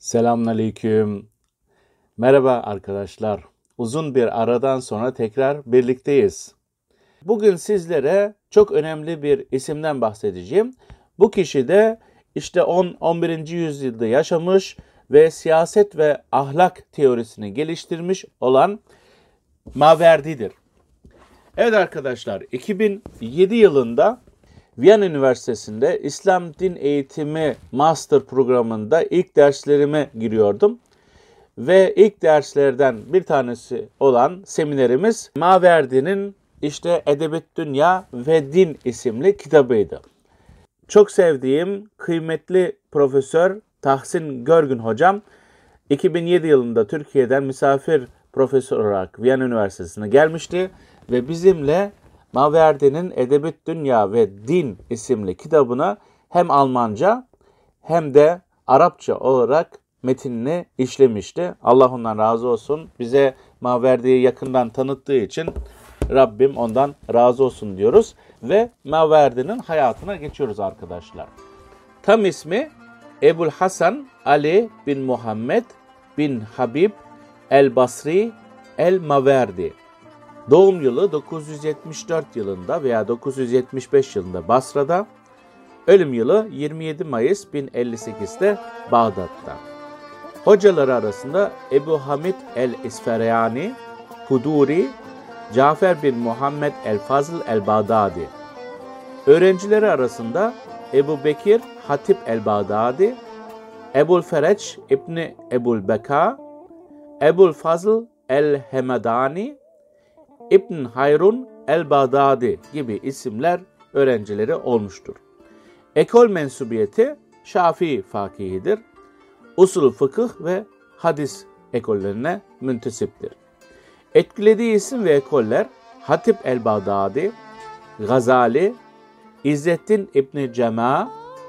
Selamünaleyküm. Merhaba arkadaşlar. Uzun bir aradan sonra tekrar birlikteyiz. Bugün sizlere çok önemli bir isimden bahsedeceğim. Bu kişi de 11. yüzyılda yaşamış ve siyaset ve ahlak teorisini geliştirmiş olan Maverdi'dir. Evet arkadaşlar, 2007 yılında Viyana Üniversitesi'nde İslam Din Eğitimi Master programında ilk derslerime giriyordum. Ve ilk derslerden bir tanesi olan seminerimiz Maverdi'nin Edebiyat Dünya ve Din isimli kitabıydı. Çok sevdiğim kıymetli Profesör Tahsin Görgün hocam 2007 yılında Türkiye'den misafir profesör olarak Viyana Üniversitesi'ne gelmişti ve bizimle Maverdi'nin Edebiyat Dünya ve Din isimli kitabına hem Almanca hem de Arapça olarak metinini işlemişti. Allah ondan razı olsun. Bize Maverdi'yi yakından tanıttığı için Rabbim ondan razı olsun diyoruz. Ve Maverdi'nin hayatına geçiyoruz arkadaşlar. Tam ismi Ebul Hasan Ali bin Muhammed bin Habib el-Basri el-Maverdi. Doğum yılı 974 yılında veya 975 yılında Basra'da, ölüm yılı 27 Mayıs 1058'de Bağdat'ta. Hocaları arasında Ebu Hamid el-İsferyani, Huduri, Cafer bin Muhammed el-Fazl el-Bağdadi. Öğrencileri arasında Ebu Bekir Hatip el-Bağdadi, Ebul Fereç İbni Ebul Beka, Ebul Fazl el-Hemedani, İbn Hayrun el-Bağdadi gibi isimler öğrencileri olmuştur. Ekol mensubiyeti Şafii fakihidir. Usul fıkıh ve hadis ekollerine müntesiptir. Etkilediği isim ve ekoller Hatip el-Bağdadi, Gazali, İzzettin İbn Cema,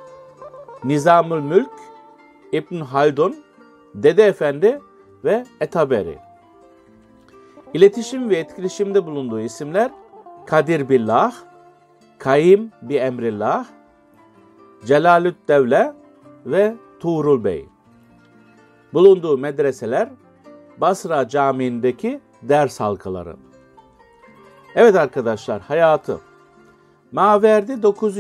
Nizamül Mülk, İbn Haldun, Dede Efendi ve Etaberi. İletişim ve etkileşimde bulunduğu isimler Kadir Billah, Kaim bi Emrillah, Celalüddevle ve Tuğrul Bey. Bulunduğu medreseler Basra Camii'ndeki ders halkaları. Evet arkadaşlar, hayatı. Maverdi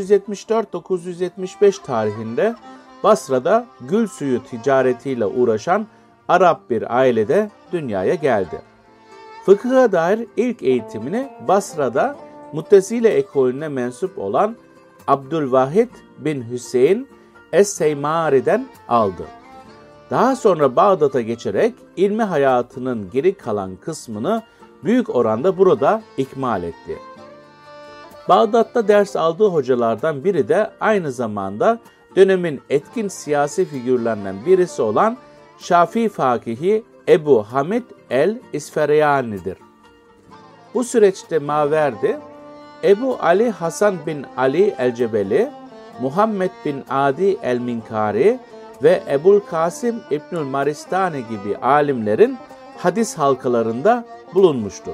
974-975 tarihinde Basra'da gül suyu ticaretiyle uğraşan Arap bir ailede dünyaya geldi. Fıkıha dair ilk eğitimini Basra'da Muttezile ekolüne mensup olan Abdülvahid bin Hüseyin Es-Seymari'den aldı. Daha sonra Bağdat'a geçerek ilmi hayatının geri kalan kısmını büyük oranda burada ikmal etti. Bağdat'ta ders aldığı hocalardan biri de aynı zamanda dönemin etkin siyasi figürlerinden birisi olan Şafii fakihi Ebu Hamid el-İsferyani'dir. Bu süreçte Maverdi, Ebu Ali Hasan bin Ali el-Cebeli, Muhammed bin Adi el-Minkari ve Ebul Kasım İbnül Maristani gibi alimlerin hadis halkalarında bulunmuştur.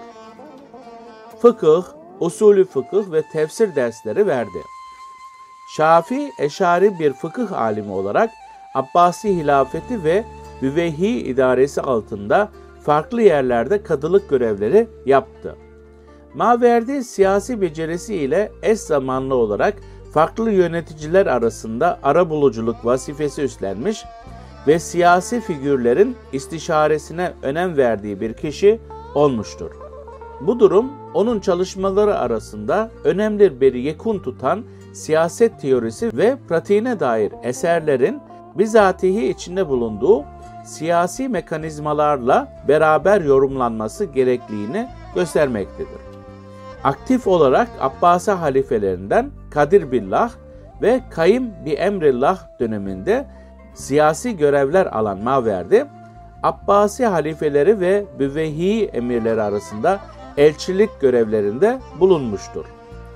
Fıkıh, usulü fıkıh ve tefsir dersleri verdi. Şafii Eşari bir fıkıh alimi olarak Abbasi hilafeti ve Büveyhi idaresi altında farklı yerlerde kadılık görevleri yaptı. Maverdi siyasi becerisi ile eş zamanlı olarak farklı yöneticiler arasında arabuluculuk vazifesi üstlenmiş ve siyasi figürlerin istişaresine önem verdiği bir kişi olmuştur. Bu durum onun çalışmaları arasında önemli bir yekun tutan siyaset teorisi ve pratiğine dair eserlerin bizatihi içinde bulunduğu siyasi mekanizmalarla beraber yorumlanması gerekliliğini göstermektedir. Aktif olarak Abbasi halifelerinden Kadir Billah ve Kaim bi Emrillah döneminde siyasi görevler alan Maverdi, Abbasi halifeleri ve Büveyhi emirleri arasında elçilik görevlerinde bulunmuştur.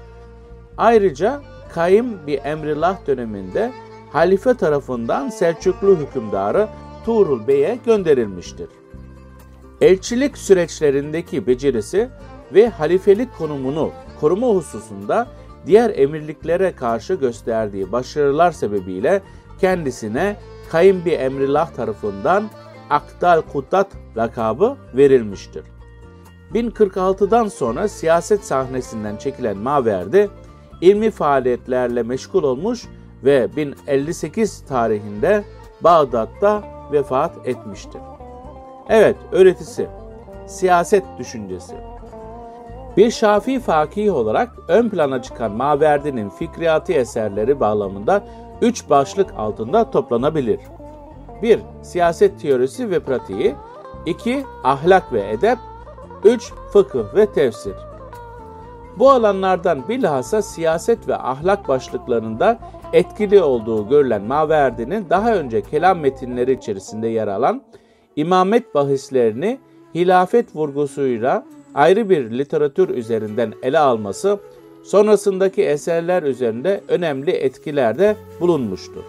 Ayrıca Kaim bi Emrillah döneminde halife tarafından Selçuklu hükümdarı Tuğrul Bey'e gönderilmiştir. Elçilik süreçlerindeki becerisi ve halifelik konumunu koruma hususunda diğer emirliklere karşı gösterdiği başarılar sebebiyle kendisine Kayyim bi Emrillah tarafından Akdal Kutat lakabı verilmiştir. 1046'dan sonra siyaset sahnesinden çekilen Maverdi, ilmi faaliyetlerle meşgul olmuş ve 1058 tarihinde Bağdat'ta vefat etmiştir. Evet, öğretisi, siyaset düşüncesi. Bir Şafii fakih olarak ön plana çıkan Maverdi'nin fikriyatı eserleri bağlamında 3 başlık altında toplanabilir. 1. Siyaset teorisi ve pratiği. 2. Ahlak ve edep. 3. Fıkıh ve tefsir. Bu alanlardan bilhassa siyaset ve ahlak başlıklarında etkili olduğu görülen Maverdi'nin daha önce kelam metinleri içerisinde yer alan imamet bahislerini hilafet vurgusuyla ayrı bir literatür üzerinden ele alması, sonrasındaki eserler üzerinde önemli etkilerde bulunmuştur.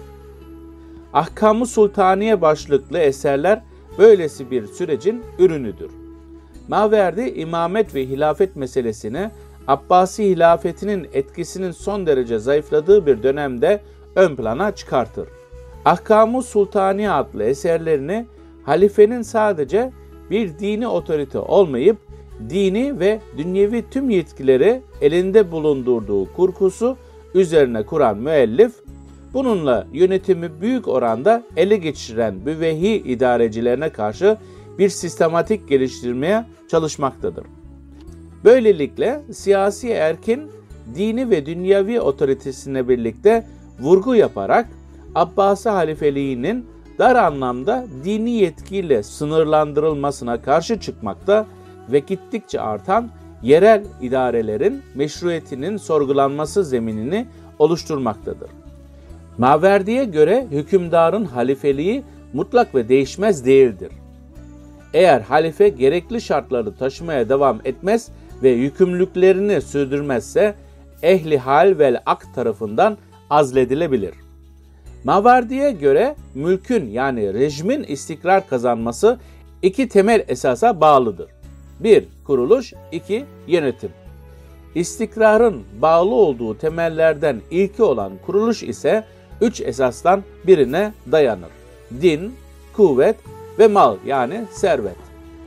Ahkam-ı Sultaniye başlıklı eserler böylesi bir sürecin ürünüdür. Maverdi, imamet ve hilafet meselesini Abbasi hilafetinin etkisinin son derece zayıfladığı bir dönemde ön plana çıkartır. Ahkam-ı Sultaniye adlı eserlerini halifenin sadece bir dini otorite olmayıp dini ve dünyevi tüm yetkileri elinde bulundurduğu kurgusu üzerine kuran müellif, bununla yönetimi büyük oranda ele geçiren müvehhi idarecilerine karşı bir sistematik geliştirmeye çalışmaktadır. Böylelikle siyasi erkin dini ve dünyevi otoritesine birlikte vurgu yaparak Abbasi halifeliğinin dar anlamda dini yetkiyle sınırlandırılmasına karşı çıkmakta ve gittikçe artan yerel idarelerin meşruiyetinin sorgulanması zeminini oluşturmaktadır. Maverdi'ye göre hükümdarın halifeliği mutlak ve değişmez değildir. Eğer halife gerekli şartları taşımaya devam etmez ve yükümlülüklerini sürdürmezse ehli hal vel akt tarafından azledilebilir. Maverdi'ye göre mülkün yani rejimin istikrar kazanması 2 temel esasa bağlıdır. 1. Kuruluş, 2. Yönetim. İstikrarın bağlı olduğu temellerden ilki olan kuruluş ise 3 esasdan birine dayanır. Din, kuvvet ve mal yani servet.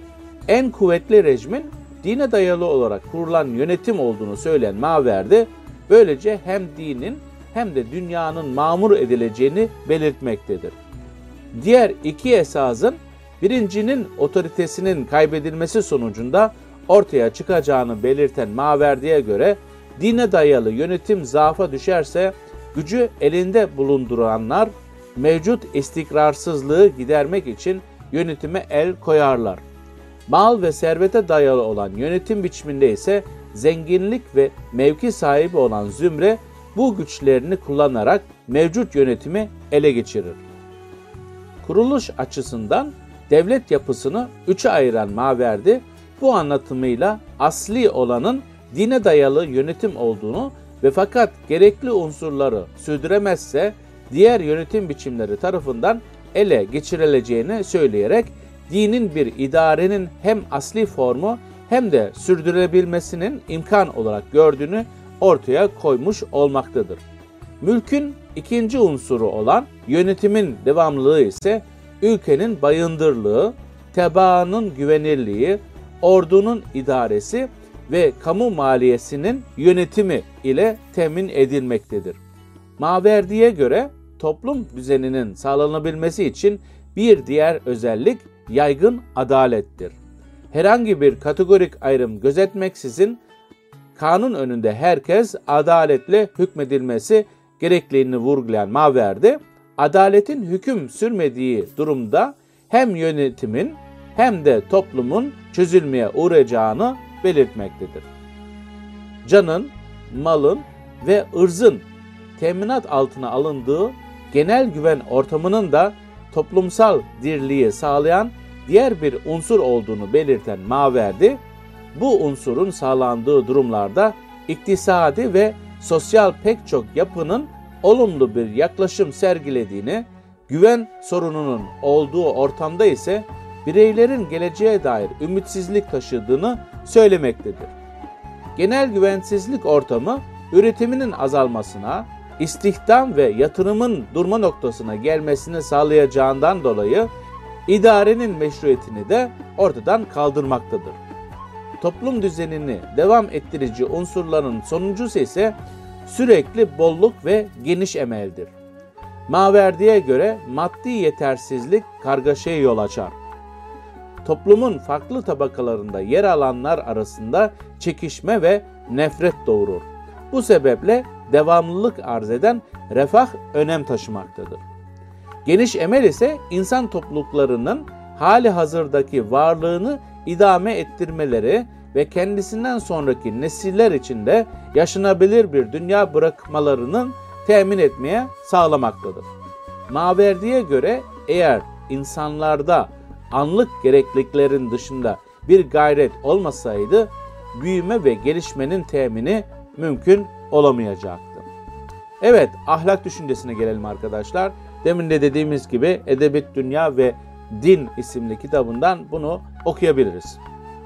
En kuvvetli rejimin dine dayalı olarak kurulan yönetim olduğunu söyleyen Maverdi, böylece hem dinin hem de dünyanın mamur edileceğini belirtmektedir. Diğer 2 esasın birincinin otoritesinin kaybedilmesi sonucunda ortaya çıkacağını belirten Maverdi'ye göre dine dayalı yönetim zaafa düşerse gücü elinde bulunduranlar mevcut istikrarsızlığı gidermek için yönetime el koyarlar. Mal ve servete dayalı olan yönetim biçiminde ise zenginlik ve mevki sahibi olan zümre bu güçlerini kullanarak mevcut yönetimi ele geçirir. Kuruluş açısından devlet yapısını 3'e ayıran Maverdi, bu anlatımıyla asli olanın dine dayalı yönetim olduğunu ve fakat gerekli unsurları sürdüremezse diğer yönetim biçimleri tarafından ele geçirileceğini söyleyerek dinin bir idarenin hem asli formu hem de sürdürülebilmesinin imkan olarak gördüğünü ortaya koymuş olmaktadır. Mülkün ikinci unsuru olan yönetimin devamlılığı ise ülkenin bayındırlığı, tebaanın güvenirliği, ordunun idaresi ve kamu maliyesinin yönetimi ile temin edilmektedir. Maverdi'ye göre toplum düzeninin sağlanabilmesi için bir diğer özellik yaygın adalettir. Herhangi bir kategorik ayrım gözetmeksizin kanun önünde herkes adaletle hükmedilmesi gerekliliğini vurgulayan Maverdi, adaletin hüküm sürmediği durumda hem yönetimin hem de toplumun çözülmeye uğrayacağını belirtmektedir. Canın, malın ve ırzın teminat altına alındığı genel güven ortamının da toplumsal dirliği sağlayan diğer bir unsur olduğunu belirten Maverdi, bu unsurun sağlandığı durumlarda iktisadi ve sosyal pek çok yapının olumlu bir yaklaşım sergilediğini, güven sorununun olduğu ortamda ise bireylerin geleceğe dair ümitsizlik taşıdığını söylemektedir. Genel güvensizlik ortamı üretiminin azalmasına, istihdam ve yatırımın durma noktasına gelmesini sağlayacağından dolayı idarenin meşruiyetini de ortadan kaldırmaktadır. Toplum düzenini devam ettirici unsurların sonuncusu ise sürekli bolluk ve geniş emeldir. Maverdi'ye göre maddi yetersizlik kargaşaya yol açar. Toplumun farklı tabakalarında yer alanlar arasında çekişme ve nefret doğurur. Bu sebeple devamlılık arz eden refah önem taşımaktadır. Geniş emel ise insan topluluklarının hali hazırdaki varlığını idame ettirmeleri ve kendisinden sonraki nesiller için de yaşanabilir bir dünya bırakmalarının temin etmeye sağlamaktadır. Maverdi'ye göre eğer insanlarda anlık gerekliliklerin dışında bir gayret olmasaydı büyüme ve gelişmenin temini mümkün olamayacaktı. Evet, ahlak düşüncesine gelelim arkadaşlar. Demin de dediğimiz gibi Edebiyat Dünya ve Din isimli kitabından bunu okuyabiliriz.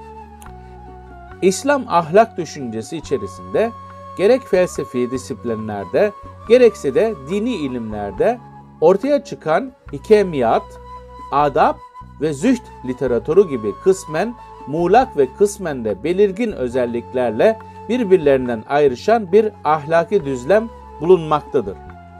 İslam ahlak düşüncesi içerisinde gerek felsefi disiplinlerde gerekse de dini ilimlerde ortaya çıkan hikemiyat, adab ve zühd literatürü gibi kısmen muğlak ve kısmen de belirgin özelliklerle birbirlerinden ayrışan bir ahlaki düzlem bulunmaktadır.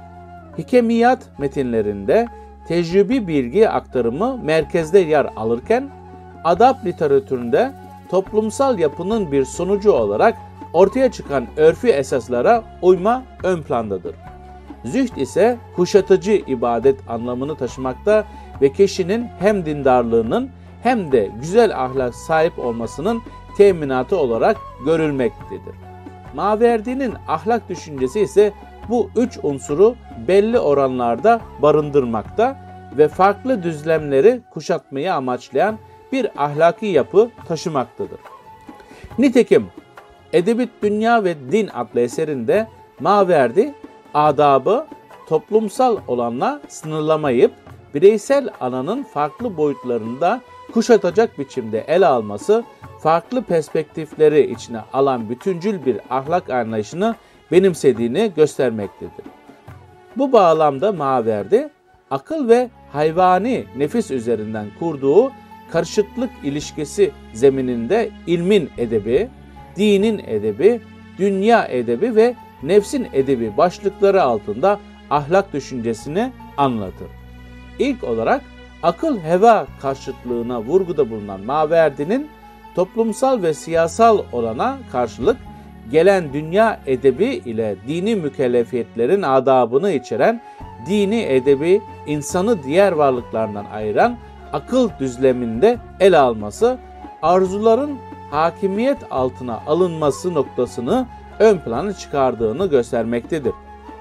Hikemiyat metinlerinde tecrübi bilgi aktarımı merkezde yer alırken, adab literatüründe toplumsal yapının bir sonucu olarak ortaya çıkan örfü esaslara uyma ön plandadır. Zühd ise kuşatıcı ibadet anlamını taşımakta ve kişinin hem dindarlığının hem de güzel ahlak sahip olmasının teminatı olarak görülmektedir. Maverdi'nin ahlak düşüncesi ise bu üç unsuru belli oranlarda barındırmakta ve farklı düzlemleri kuşatmayı amaçlayan bir ahlaki yapı taşımaktadır. Nitekim Edebiyat Dünya ve Din adlı eserinde Maverdi adabı toplumsal olanla sınırlamayıp bireysel alanın farklı boyutlarında kuşatacak biçimde ele alması, farklı perspektifleri içine alan bütüncül bir ahlak anlayışını benimsediğini göstermektedir. Bu bağlamda Maverdi, akıl ve hayvani nefis üzerinden kurduğu karşıtlık ilişkisi zemininde ilmin edebi, dinin edebi, dünya edebi ve nefsin edebi başlıkları altında ahlak düşüncesini anlatır. İlk olarak akıl heva karşıtlığına vurguda bulunan Maverdi'nin toplumsal ve siyasal olana karşılık gelen dünya edebi ile dini mükellefiyetlerin adabını içeren dini edebi insanı diğer varlıklardan ayıran akıl düzleminde ele alması, arzuların hakimiyet altına alınması noktasını ön plana çıkardığını göstermektedir.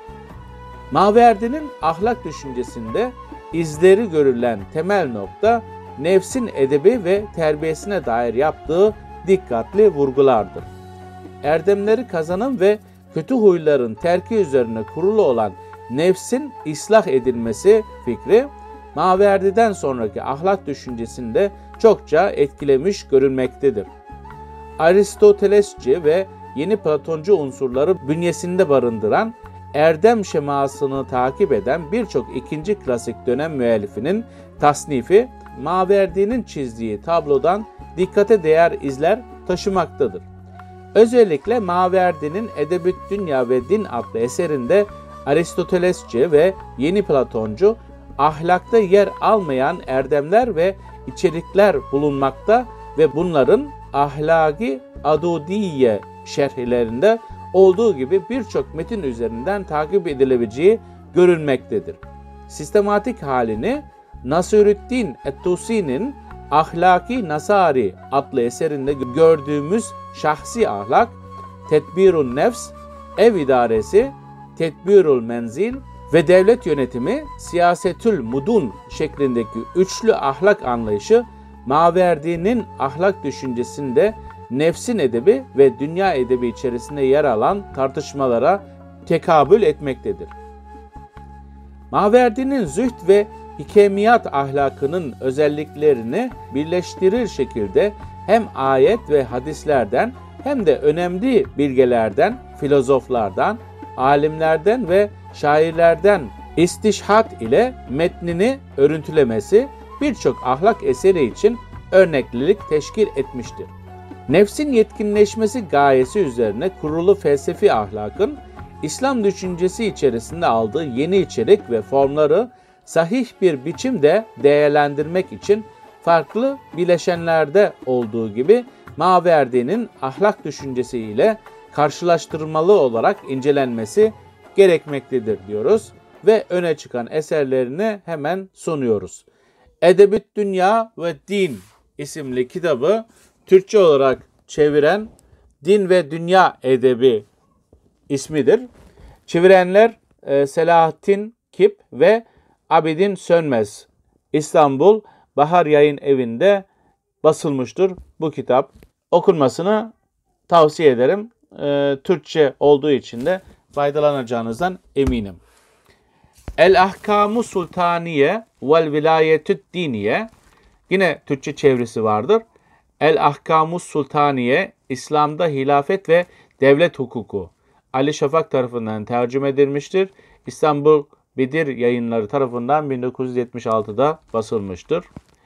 Maverdi'nin ahlak düşüncesinde izleri görülen temel nokta nefsin edebi ve terbiyesine dair yaptığı dikkatli vurgulardır. Erdemleri kazanım ve kötü huyların terki üzerine kurulu olan nefsin ıslah edilmesi fikri, Maverdi'den sonraki ahlak düşüncesinde çokça etkilemiş görülmektedir. Aristotelesçi ve yeni Platoncu unsurları bünyesinde barındıran, erdem şemasını takip eden birçok ikinci klasik dönem müellifinin tasnifi, Maverdi'nin çizdiği tablodan dikkate değer izler taşımaktadır. Özellikle Maverdi'nin Edebiyat Dünya ve Din adlı eserinde Aristotelesçi ve yeni Platoncu ahlakta yer almayan erdemler ve içerikler bulunmakta ve bunların ahlaki adudiye şerhlerinde olduğu gibi birçok metin üzerinden takip edilebileceği görülmektedir. Sistematik halini Nasirüddin et-Tusi'nin Ahlaki Nasari adlı eserinde gördüğümüz şahsi ahlak, tedbirun nefs, ev idaresi, tedbirul menzil ve devlet yönetimi, siyasetül mudun şeklindeki üçlü ahlak anlayışı Maverdi'nin ahlak düşüncesinde nefsin edebi ve dünya edebi içerisinde yer alan tartışmalara tekabül etmektedir. Maverdi'nin zühd ve hikemiyat ahlakının özelliklerini birleştirir şekilde hem ayet ve hadislerden hem de önemli bilgelerden, filozoflardan, alimlerden ve şairlerden istişhat ile metnini örüntülemesi birçok ahlak eseri için örneklilik teşkil etmiştir. Nefsin yetkinleşmesi gayesi üzerine kurulu felsefi ahlakın İslam düşüncesi içerisinde aldığı yeni içerik ve formları sahih bir biçimde değerlendirmek için farklı bileşenlerde olduğu gibi Maverdi'nin ahlak düşüncesi ile karşılaştırmalı olarak incelenmesi gerekmektedir diyoruz ve öne çıkan eserlerini hemen sunuyoruz. Edebüt Dünya ve Din isimli kitabı Türkçe olarak çeviren Din ve Dünya Edebi ismidir. Çevirenler Selahattin Kip ve Abidin Sönmez. İstanbul Bahar Yayın Evi'nde basılmıştır bu kitap. Okunmasını tavsiye ederim. Türkçe olduğu için de faydalanacağınızdan eminim. El Ahkamu Sultaniye vel Vilayetü't Diniye, yine Türkçe çevirisi vardır. El Ahkamu Sultaniye, İslam'da hilafet ve devlet hukuku. Ali Şafak tarafından tercüme edilmiştir. İstanbul Bedir Yayınları tarafından 1976'da basılmıştır.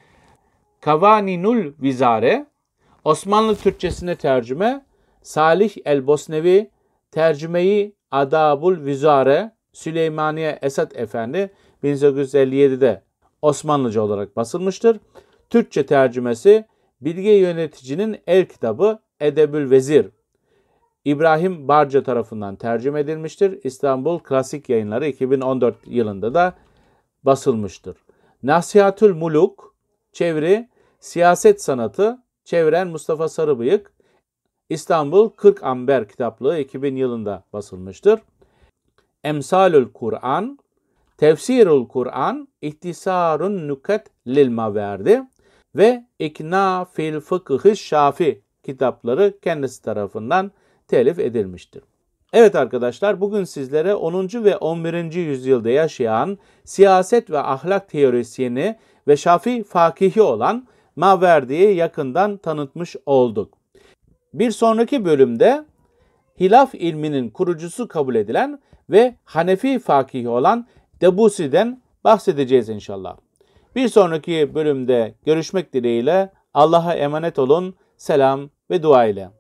Kavaninul Vizare, Osmanlı Türkçesine tercüme Salih el-Bosnevi, tercümeyi Adabul Vizare, Süleymaniye Esat Efendi 1957'de Osmanlıca olarak basılmıştır. Türkçe tercümesi Bilge Yöneticinin El Kitabı Edebül Vezir, İbrahim Barca tarafından tercüme edilmiştir. İstanbul Klasik Yayınları 2014 yılında da basılmıştır. Nasihatül Muluk, çeviri Siyaset Sanatı, çeviren Mustafa Sarıbıyık, İstanbul 40 Amber kitaplığı 2000 yılında basılmıştır. Emsalül Kur'an, Tefsirul Kur'an, İhtisarun Nukat lil Maverdi ve İkna fil Fıkhı Şafi kitapları kendisi tarafından telif edilmiştir. Evet arkadaşlar, bugün sizlere 10. ve 11. yüzyılda yaşayan siyaset ve ahlak teorisyeni ve Şafii fakihi olan Maverdi'yi yakından tanıtmış olduk. Bir sonraki bölümde hilaf ilminin kurucusu kabul edilen ve Hanefi fakihi olan Debusi'den bahsedeceğiz inşallah. Bir sonraki bölümde görüşmek dileğiyle Allah'a emanet olun, selam ve dua ile.